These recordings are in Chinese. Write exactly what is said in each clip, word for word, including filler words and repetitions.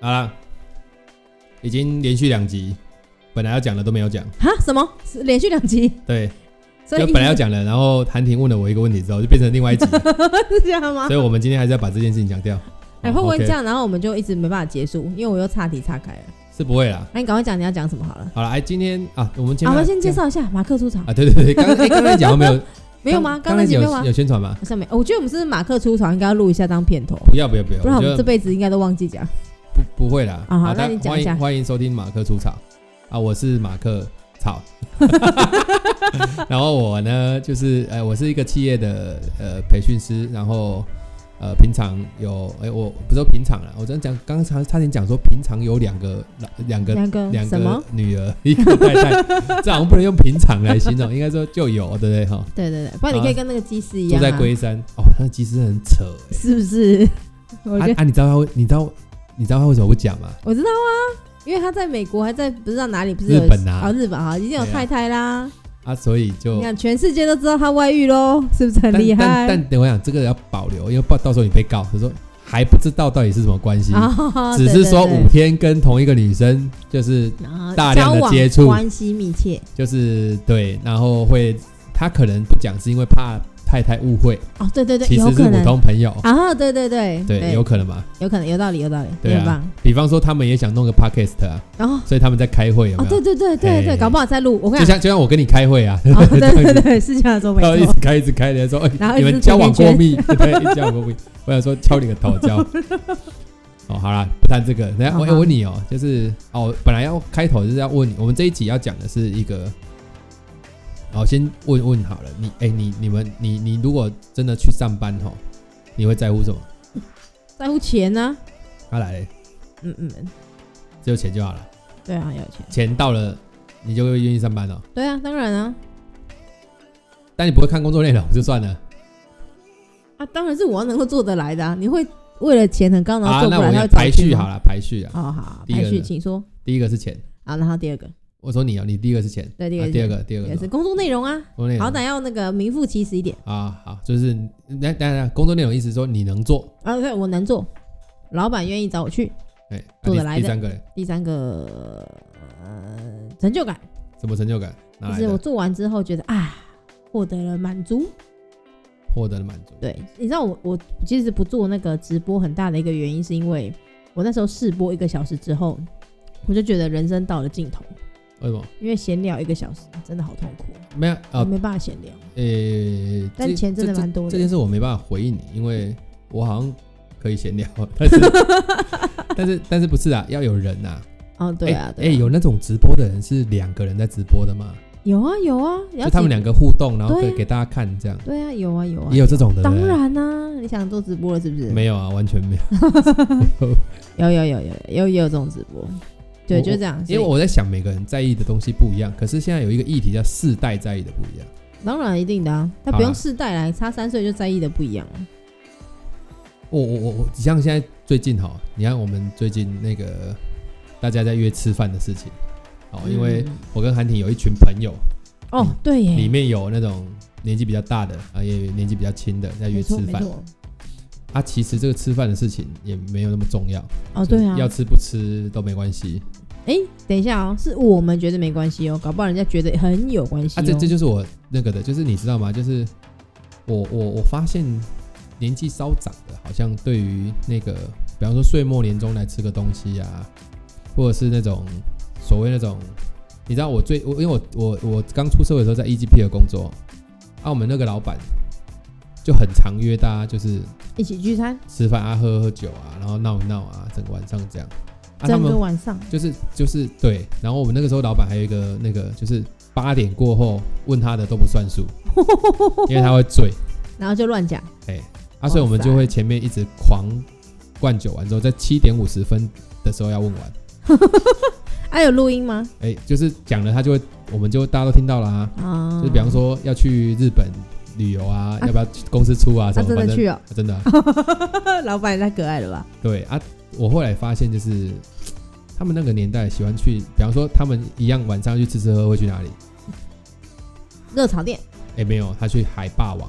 好啦，已经连续两集，本来要讲的都没有讲。 哈？什么？连续两集？ 对， 所以就本来要讲的，然后韩婷问了我一个问题之后，就变成另外一集。 是这样吗？ 所以我们今天还是要把这件事情讲掉。 哎、欸，会不会这样？然后我们就一直没办法结束，因为我又岔题岔开了。 是不会啦。 那你赶快讲你要讲什么好了。 好了，哎，今天啊，我们前面、 啊、我们先介绍一下马克出场啊。对对对，刚刚刚才讲没有？ 没有吗？刚才有吗？ 有宣传吗？ 好像没。我觉得我们是马克出场，应该要录一下当片头。 不要不要不要， 不然我们这辈子应该都忘记讲。 不不会啦。 啊、好，好那你讲一下。 欢迎欢迎收听马克出场啊，我是马克草。然后我呢，就是呃，我是一个企业的呃培训师，然后呃，平常有哎，我不是说平常啦，我这样讲，刚刚差差点讲说平常有两个两个两个两个女儿，一个太太，这好像不能用平常来形容，应该说就有，对不对哈？ 对对对，不然你可以跟那个技师一样、啊， 住在龟山哦，那个技师很扯、欸， 是不是？我觉得啊, 啊，你知道他，你知道你知道他为什么不讲吗？ 我知道啊，因为他在美国，还在不知道哪里，不是有日本啊， 哦、日本啊，已经有太太啦。 啊，所以就你看，全世界都知道他外遇喽，是不是很厉害？ 但 但, 但等我想，这个要保留，因为到时候你被告，他说还不知道到底是什么关系，哦、只是说五天跟同一个女生就是大量的接触， 关系密切， 就是对，然后会他可能不讲，是因为怕太太误会哦，对对对， 其实是普通朋友啊，对对对对, 对，有可能吧？ 有可能，有道理，有道理， 对啊。比方说，他们也想弄个 podcast 啊，哦、所以他们在开会有没有？ 哦，对对对对对，搞不好在录。我跟你讲，就像就像我跟你开会啊， 哦、对对对，是这样说没错。 然后一直开一直开的说，然后你们交往过密，对，交往过密。我想说敲你个头交。哦，好啦，不谈这个。等一下我我问你哦，就是哦，本来要开头就是要问你，我们这一集要讲的是一个。好，先问问好了，你哎、欸，你你们你你如果真的去上班吼，你会在乎什么？ 在乎钱啊。 他、啊、来嘞， 嗯嗯， 只有钱就好了。 对啊，有钱。 钱到了，你就会愿意上班了、哦。 对啊，当然啊。 但你不会看工作内容就算了。 啊，当然是我要能够做得来的啊！你会为了钱很高，然后做不来， 啊、那我他会排序好了，排序啊。 哦好，排序，请说。 第一个是钱。 好，然后第二个。 我说你哦，你第一个是钱， 对，第二个、 啊、第二个，第二个也是工作内容啊， 工作内容好歹要那个名副其实一点啊。好，就是那当然工作内容意思是说你能做啊，对，我能做，老板愿意找我去， 哎、啊， 做得来的。 第三个， 第三个呃成就感， 什么成就感？ 就是我做完之后觉得啊，获得了满足， 获得了满足。 对，你知道我我其实不做那个直播很大的一个原因，是因为我那时候试播一个小时之后，我就觉得人生到了尽头。 为什么？ 因为闲聊一个小时真的好痛苦， 没有啊， 没办法闲聊。 呃、欸， 但钱真的蛮多的。 这件事我没办法回应你，因为我好像可以闲聊，但是但是但是不是啊？要有人啊。 哦，对啊， 哎、欸欸，有那种直播的人是两个人在直播的吗？ 有啊有啊， 就他们两个互动，然后给、啊、给大家看这样。 对啊，有啊有啊， 也有这种的。 当然啊，你想做直播了是不是？ 没有啊，完全没有。 有有有有有也有这种直播。对，就这样。 因为我在想，每个人在意的东西不一样，可是现在有一个议题叫世代在意的不一样。 当然一定的啊，他不用世代来，差三岁就在意的不一样。 我我我我，像现在最近哈，你看我们最近那个大家在约吃饭的事情，哦，因为我跟韩婷有一群朋友， 哦，对耶， 里面有那种年纪比较大的啊，也有年纪比较轻的在约吃饭。啊，其实这个吃饭的事情也没有那么重要哦，对啊， 要吃不吃都没关系。 哎，等一下哦，是我们觉得没关系哦，搞不好人家觉得很有关系、哦。 啊，这这就是我那个的，就是你知道吗？就是我我我发现年纪稍长的，好像对于那个，比方说岁末年终来吃个东西啊，或者是那种所谓那种，你知道我最我因为我我我刚出社会的时候在 E G P 的工作，啊，我们那个老板。就很常约大家，就是一起聚餐、 吃饭啊、喝喝酒啊，然后闹一闹啊，整个晚上这样。啊、 整个晚上就是就是对。然后我们那个时候老板还有一个那个，就是八点过后问他的都不算数，因为他会醉， 然后就乱讲。 哎、欸，啊，所以我们就会前面一直狂灌酒完之后，在七点五十分的时候要问完。 啊，有录音吗？ 哎、欸，就是讲了，他就会，我们就大家都听到了啊。啊就是比方说要去日本。旅游啊，啊，要不要公司出啊？什么？ 啊、真的去哦， 啊、真的、啊。 老板也太可爱了吧？ 对啊，我后来发现就是，他们那个年代喜欢去，比方说他们一样晚上去吃吃喝喝会去哪里？ 热炒店。 哎、欸，没有，他去海霸王。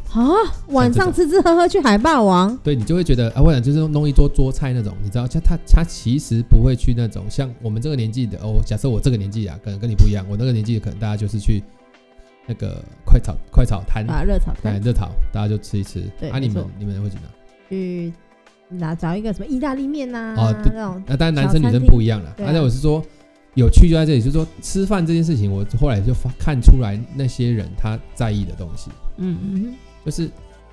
啊，晚上吃吃喝喝去海霸王， 对，你就会觉得啊，或者就是弄一桌桌菜那种，你知道，他他他其实不会去那种像我们这个年纪的哦。假设我这个年纪啊，可能跟你不一样，我那个年纪可能大家就是去那个快炒快炒摊啊，热炒摊， 热炒，大家就吃一吃。 对， 啊，你们你们会去哪？ 去哪找一个什么意大利面呐、啊？ 哦，对， 那种那当然男生女生不一样了。而且、啊、我是说。有趣就在这里，就是说吃饭这件事情，我后来就看出来那些人他在意的东西，嗯嗯，就是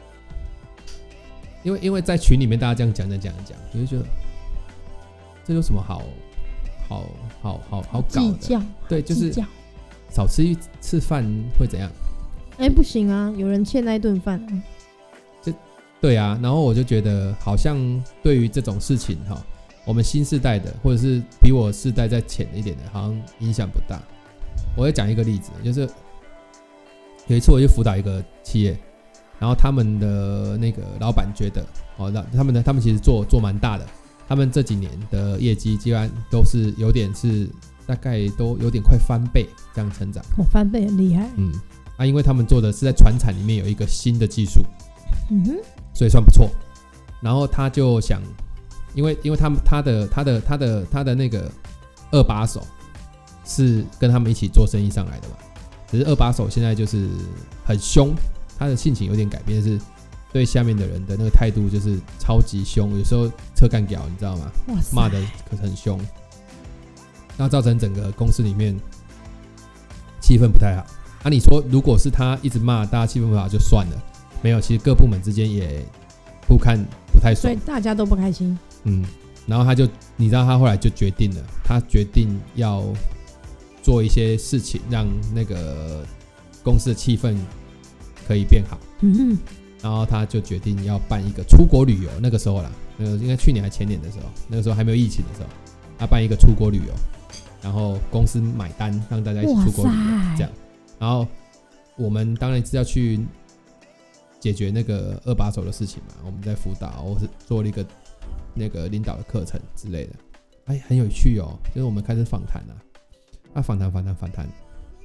因为因为在群里面大家这样讲讲讲讲，我就觉得这有什么好好好好好搞的？对，就是少吃一次饭会怎样？ 哎、欸，不行啊，有人欠那一顿饭、啊。 这对啊，然后我就觉得好像对于这种事情哈。我们新世代的，或者是比我世代再浅一点的，好像影响不大。我会讲一个例子，就是有一次我去辅导一个企业，然后他们的那个老板觉得，哦，他们的他们其实做做蛮大的，他们这几年的业绩基本上都是有点是大概都有点快翻倍这样成长。 哦，翻倍很厉害。 嗯，啊，因为他们做的是在传产里面有一个新的技术， 嗯哼， 所以算不错。然后他就想。因为因为他们他的他的他的他的那个二把手是跟他们一起做生意上来的嘛，只是二把手现在就是很凶，他的性情有点改变，是对下面的人的那个态度就是超级凶，有时候车干屌，你知道吗？骂的可是很凶，那造成整个公司里面气氛不太好。啊，你说如果是他一直骂，大家气氛不好就算了，没有，其实各部门之间也互看不太爽， 所以大家都不开心。 嗯，然后他就，你知道他后来就决定了，他决定要做一些事情，让那个公司的气氛可以变好。嗯哼，然后他就决定要办一个出国旅游，那个时候啦，那个应该去年还前年的时候，那个时候还没有疫情的时候，他办一个出国旅游，然后公司买单，让大家一起出国旅游，这样。然后我们当然是要去解决那个二把手的事情嘛，我们在辅导，我是做了一个。那个领导的课程之类的，哎，很有趣哦。就是我们开始访谈啊，啊，访谈访谈访谈，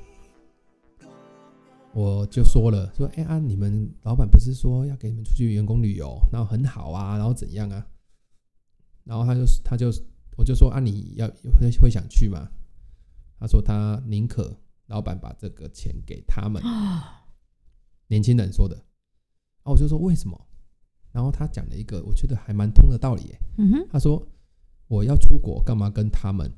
我就说了，说，哎啊，你们老板不是说要给你们出去员工旅游，然后很好啊，然后怎样啊？然后他就他就我就说啊，你要会想去吗？他说他宁可老板把这个钱给他们，年轻人说的。啊，我就说为什么？然后他讲了一个我觉得还蛮通的道理耶，嗯哼，他说我要出国干嘛跟他们？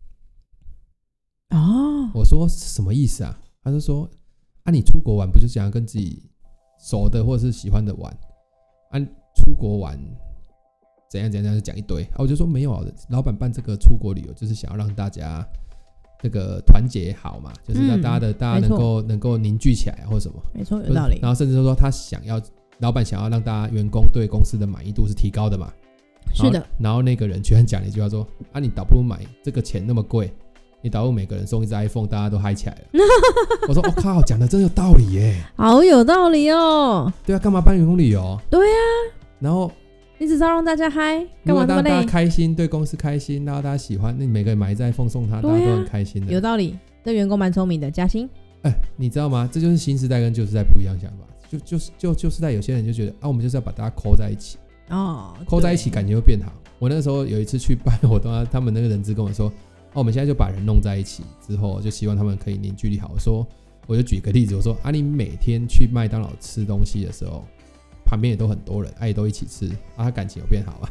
哦，我说什么意思啊？他就说啊，你出国玩不就想要跟自己熟的或者是喜欢的玩？啊，出国玩怎样怎样就讲一堆啊，我就说没有啊，老板办这个出国旅游就是想要让大家这个团结好嘛，就是让大家的、嗯、大家能够能够凝聚起来或者什么， 没错，有道理。 然后甚至说他想要。老板想要让大家员工对公司的满意度是提高的嘛？ 是的。 然后那个人居然讲了一句话说：“啊，你倒不如买这个钱那么贵，你倒不如每个人送一只 iPhone， 大家都嗨起来了。”我说：“我、哦、靠，讲的真有道理耶！” 好有道理哦。 对啊，干嘛办员工旅游？ 对啊。 然后你只是要让大家嗨，干嘛那么累？ 让大家开心，对公司开心，然后大家喜欢，那你每个人买一只 iPhone 送他，啊、大家都很开心的。 有道理，这员工蛮聪明的，加薪。 哎，你知道吗？这就是新时代跟旧时代不一样想法。就就是就旧时代有些人就觉得啊，我们就是要把大家扣在一起哦，扣在一起感觉会变好。我那时候有一次去办活动，他们那个人资跟我说，哦、啊，我们现在就把人弄在一起之后，就希望他们可以凝聚力好。我说，我就举个例子，我说啊，你每天去麦当劳吃东西的时候，旁边也都很多人，啊，也都一起吃，啊，他感情有变好吗？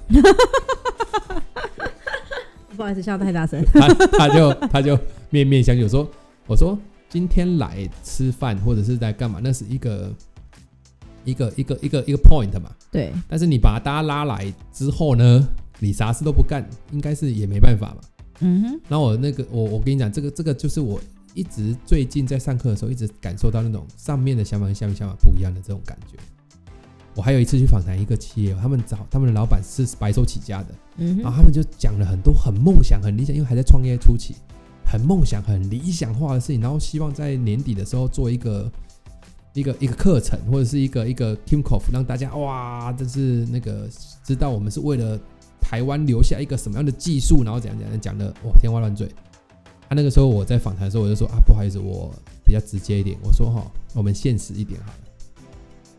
不好意思，笑得太大声。 他他就他就面面相觑，我说我说今天来吃饭或者是在干嘛，那是一个。一个一个一个一个 point 嘛， 对。 但是你把大家拉来之后呢，你啥事都不干，应该是也没办法嘛。嗯哼。然后我那个我我跟你讲，这个这个就是我一直最近在上课的时候一直感受到那种上面的想法跟下面想法不一样的这种感觉。我还有一次去访谈一个企业，他们找他们的老板是白手起家的，嗯哼。然后他们就讲了很多很梦想、很理想，因为还在创业初期，很梦想、很理想化的事情，然后希望在年底的时候做一个。一个一个课程或者是一个一个 kickoff， 让大家哇，这是那个知道我们是为了台湾留下一个什么样的技术，然后怎样怎样讲的哇天花乱坠。啊，那个时候我在访谈的时候，我就说啊，不好意思，我比较直接一点，我说哈，我们现实一点好了。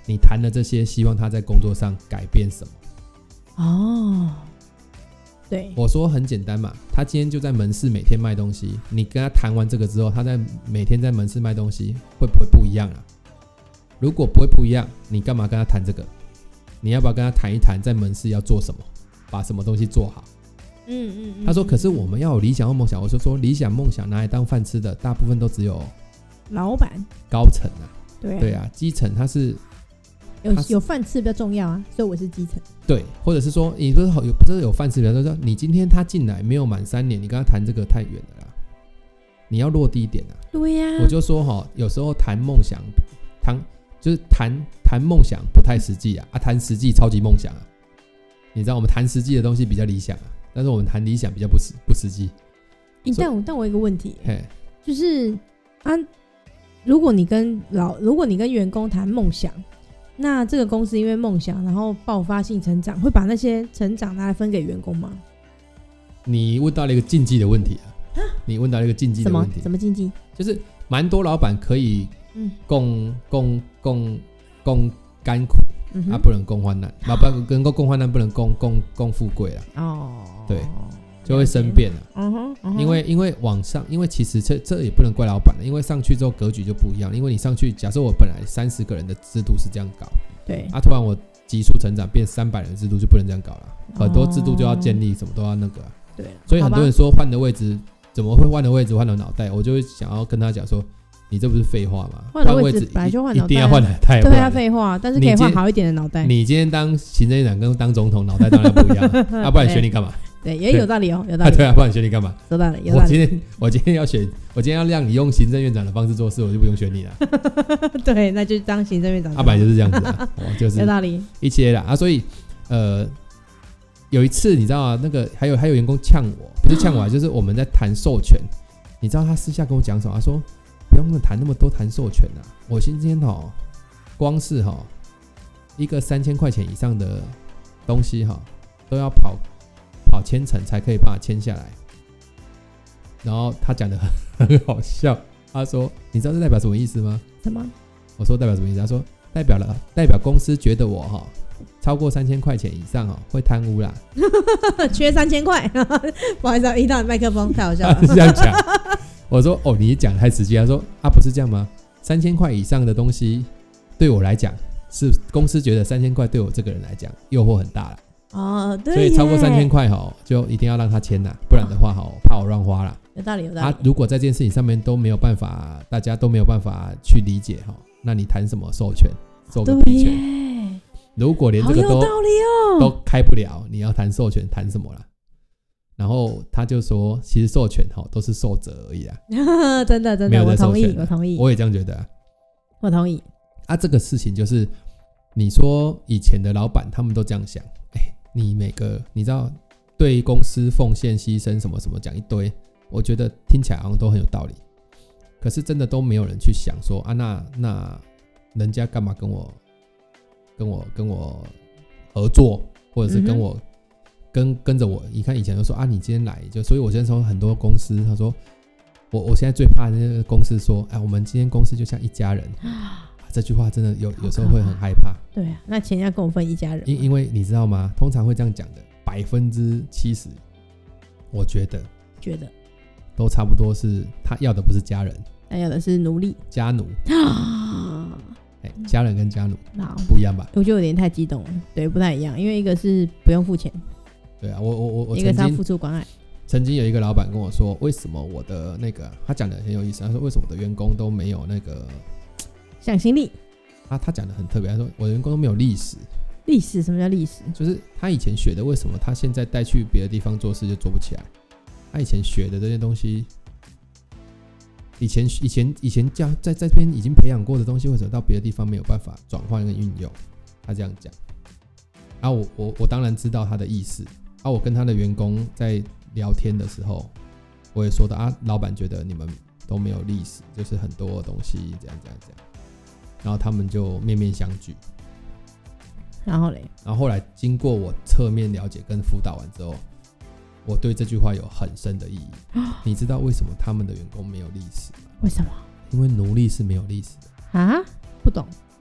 你谈了这些，希望他在工作上改变什么？ 哦，对， 我说很简单嘛，他今天就在门市每天卖东西，你跟他谈完这个之后，他在每天在门市卖东西，会不会不一样啊？如果不会不一样，你干嘛跟他谈这个？你要不要跟他谈一谈，在门市要做什么，把什么东西做好？ 嗯嗯嗯。 他说：“可是我们要有理想或梦想。”我就说：“理想梦想拿来当饭吃的，大部分都只有老板、 高层啊， 对啊， 对啊，基层他是有有饭吃比较重要啊，所以我是基层。 对，或者是说，你不是有不是有饭吃，比方说，你今天他进来没有满三年，你跟他谈这个太远了啦，你要落地一点啊。 对呀、啊， 我就说哈，有时候谈梦想，谈就是谈谈梦想不太实际啊，啊，谈实际超级梦想啊。你知道我们谈实际的东西比较理想啊。”但是我们谈理想比较不实不实际。 但我但我有一个问题，就是啊，如果你跟老如果你跟员工谈梦想，那这个公司因为梦想，然后爆发性成长，会把那些成长拿来分给员工吗？ 你问到了一个禁忌的问题啊！你问到了一个禁忌的问题， 什么什么禁忌？ 就是蛮多老板可以共、嗯、共共共甘苦。嗯、啊，不能共患难，啊，不能够共患难，不能共共共富贵啦。哦，对，就会生变了。嗯哼，嗯哼因为因为往上，因为其实这这也不能怪老板了，因为上去之后格局就不一样。因为你上去，假设我本来三十个人的制度是这样搞， 对， 啊，突然我急速成长变三百人的制度就不能这样搞了，很多制度就要建立，什么都要那个、啊。 对， 所以很多人说换的位置怎么会换的位置换了脑袋，我就会想要跟他讲说。你这不是废话吗？ 换位置本来就换脑袋， 一定要换脑袋。 对啊，废话，但是可以换好一点的脑袋。 你今天当行政院长跟当总统脑袋当然不一样，啊，不然选你干嘛？ 对，也有道理哦，有道理。 对啊，不然选你干嘛？ 有道理，有道理。 我今天我今天要选，我今天要让你用行政院长的方式做事，我就不用选你了。 对，那就当行政院长。 啊，本来就是这样子啊，就是有道理。 一切啦啊，所以呃，有一次你知道啊，那个还有还有员工呛我，不是呛我啊，就是我们在谈授权，你知道他私下跟我讲什么？他说。不用谈那么多谈授权啊！我今天哈，光是哈一个三千块钱以上的东西哈，都要跑跑千层才可以把它签下来。然后他讲的很好笑，他说：“你知道这代表什么意思吗？” 什么？ 我说代表什么意思？他说代表了代表公司觉得我哈超过三千块钱以上哦会贪污啦， 缺三千块，不好意思，移到麦克风太好笑了。 他是这样讲。我说哦，你讲太直接。他说啊，不是这样吗？三千块以上的东西，对我来讲是公司觉得三千块对我这个人来讲诱惑很大了。 哦，对， 所以超过三千块哈，就一定要让他签啦，不然的话哈，怕我乱花啦。 有道理，有道理。 啊，如果在这件事情上面都没有办法，大家都没有办法去理解哈，那你谈什么授权，授个屁权？如果连这个都、哦、都开不了，你要谈授权谈什么啦？然后他就说，其实授权都是受责而已啦。 真的真的，我同意，我同意， 我也这样觉得、啊。 我同意。 啊，这个事情就是你说以前的老板他们都这样想，哎，你每个你知道对公司奉献牺牲什么什么讲一堆，我觉得听起来好像都很有道理。可是真的都没有人去想说啊，那那人家干嘛跟我跟我跟我合作，或者是跟我。嗯跟跟着我，你看以前就说啊，你今天来就，所以我现在说很多公司，他说我我现在最怕那个公司说，哎，我们今天公司就像一家人，啊、这句话真的有有时候会很害怕。 对啊，那钱要跟我分一家人。 因因为你知道吗？通常会这样讲的，百分之七十，我觉得觉得都差不多是他要的不是家人， 他要的是奴隶家奴啊。哎，家人跟家奴好不一样吧？ 我觉得有点太激动了，对，不太一样，因为一个是不用付钱。 对啊，我我我我一个是要付出关爱。 曾经有一个老板跟我说，为什么我的那个，他讲的很有意思，他说为什么我的员工都没有那个向心力？ 他他讲的很特别，他说我的员工都没有历史。 历史？什么叫历史？ 就是他以前学的，为什么他现在带去别的地方做事就做不起来？他以前学的这些东西，以前以前以前教在在这边已经培养过的东西，为什么到别的地方没有办法转换跟运用？他这样讲。啊我，我我当然知道他的意思。啊，我跟他的员工在聊天的时候，我也说的啊，老板觉得你们都没有历史，就是很多东西这样这样这样，然后他们就面面相觑。 然后嘞， 然后后来经过我侧面了解跟辅导完之后，我对这句话有很深的意义。你知道为什么他们的员工没有历史吗？ 为什么？ 因为奴隶是没有历史的啊？不懂。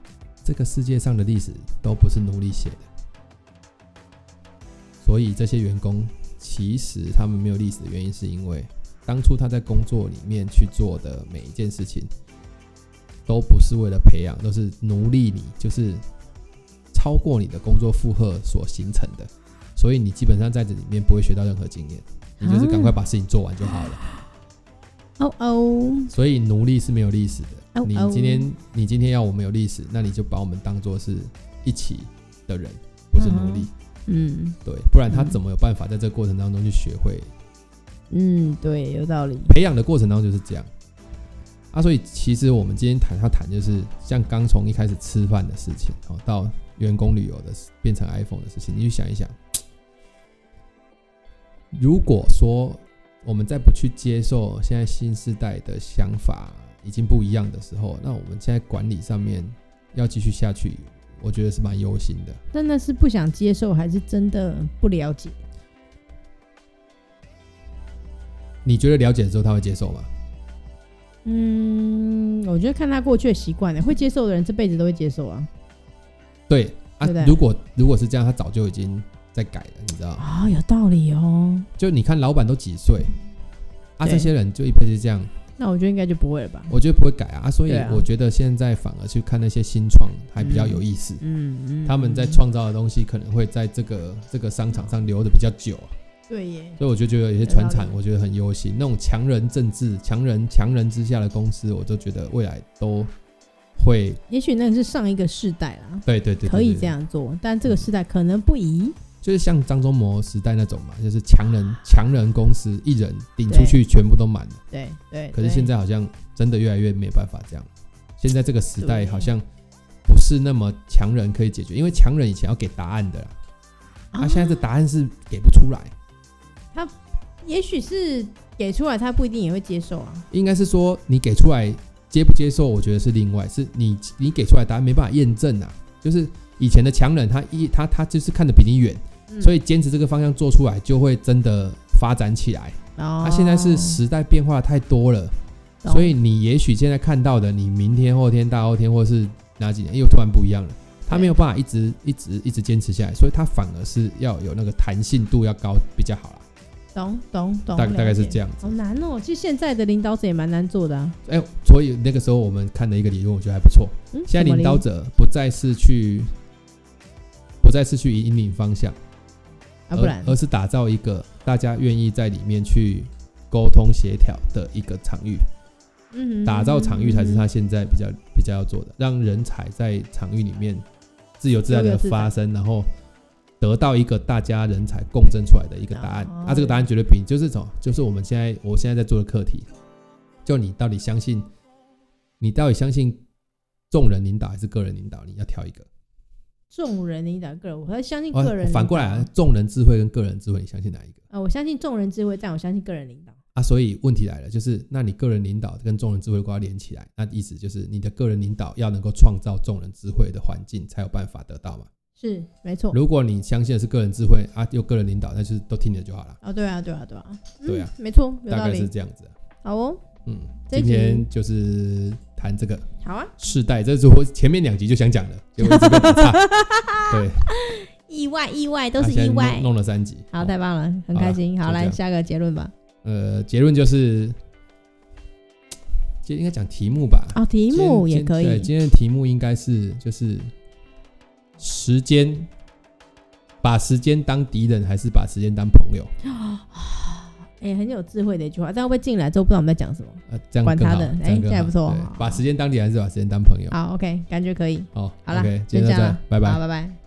这个世界上的历史都不是奴隶写的，所以这些员工其实他们没有历史的原因是因为当初他在工作里面去做的每一件事情都不是为了培养，都是奴隶你，就是超过你的工作负荷所形成的，所以你基本上在这里面不会学到任何经验，你就是赶快把事情做完就好了。 哦哦， 所以奴隶是没有历史的。 哦哦， 你今天你今天要我们有历史，那你就把我们当作是一起的人，不是奴隶。 嗯， 对，不然他怎么有办法在这个过程当中去学会？ 嗯，对，有道理。 培养的过程当中就是这样啊，所以其实我们今天谈要谈就是像刚从一开始吃饭的事情，哦，到员工旅游的变成 iPhone 的事情，你去想一想，如果说我们再不去接受现在新世代的想法已经不一样的时候，那我们现在管理上面要继续下去，我觉得是蛮忧心的。 真的是不想接受，还是真的不了解？ 你觉得了解之后他会接受吗？ 嗯，我觉得看他过去的习惯，会接受的人这辈子都会接受啊。 对啊， 对对， 如果如果是这样，他早就已经在改了，你知道啊、哦，有道理哦。 就你看，老板都几岁啊，这些人就一辈子这样， 那我觉得应该就不会了吧？ 我觉得不会改 啊, 啊所以我觉得现在反而去看那些新创还比较有意思。嗯 嗯, 嗯，他们在创造的东西可能会在这个这个商场上留的比较久。 对耶， 所以我就觉得有些传产，我觉得很忧心。那种强人政治、强人强人之下的公司，我都觉得未来都会。 也许那个是上一个世代啦， 对对 对, 对, 对, 对， 可以这样做，但这个世代可能不宜。 就是像张忠谋时代那种嘛，就是强人强人公司，一人顶出去全部都满了。 对 对, 对。 可是现在好像真的越来越没办法这样。现在这个时代好像不是那么强人可以解决，因为强人以前要给答案的啦，他、啊啊、现在这答案是给不出来。 他也许是给出来，他不一定也会接受啊。应该是说你给出来接不接受，我觉得是另外，是你你给出来答案没办法验证啊。就是以前的强人他，他他他就是看得比你远、嗯，所以坚持这个方向做出来，就会真的发展起来。他、哦啊、现在是时代变化太多了，所以你也许现在看到的，你明天、后天、大后天，或是哪几年又突然不一样了。他没有办法一直一直一直坚持下来，所以他反而是要有那个弹性度要高比较好啦。 懂懂懂， 大概是这样子。 好难哦，其实现在的领导者也蛮难做的啊。 哎、欸，所以那个时候我们看的一个理论，我觉得还不错。嗯，现在领导者不再是去不再是去引领方向， 啊，不然而, 而是打造一个大家愿意在里面去沟通协调的一个场域。嗯，打造场域才是他现在比较比较要做的，让人才在场域里面自由自在的发生，然后得到一个大家人才共振出来的一个答案。哦、啊，这个答案绝对比就是什么？就是我们现在我现在在做的课题，就你到底相信，你到底相信众人领导还是个人领导？你要挑一个。 众人领导个人，我还相信个人、哦。 反过来、啊，众人智慧跟个人智慧，你相信哪一个？ 呃，我相信众人智慧，但我相信个人领导。 啊，所以问题来了，就是那你个人领导跟众人智慧如果要连起来，那意思就是你的个人领导要能够创造众人智慧的环境，才有办法得到嘛。 是，没错。 如果你相信的是个人智慧啊，又个人领导，那就是都听你的就好了。 哦，对啊，对啊，对啊，嗯、 对啊， 没错，大概是这样子。 好哦， 嗯，今天就是谈这个。 好啊， 世代，这是我前面两集就想讲的，结果一直被打岔。对， 意外，意外，都是意外。 啊、弄, 弄了三集， 好，太棒了，很开心。好，好来下个结论吧。 呃，结论就是，就应该讲题目吧。 哦，题目也可以。 对，今天的题目应该是就是时间，把时间当敌人还是把时间当朋友？ 哎、欸，很有智慧的一句话。这样会进来之后不知道我们在讲什么。 呃，这样管他的，哎、欸，这样还不错。 把时间当敌人还是把时间当朋友？ 好 ，OK， 感觉可以。 好， 好了， okay, 今天就这样，拜拜， 好，拜拜。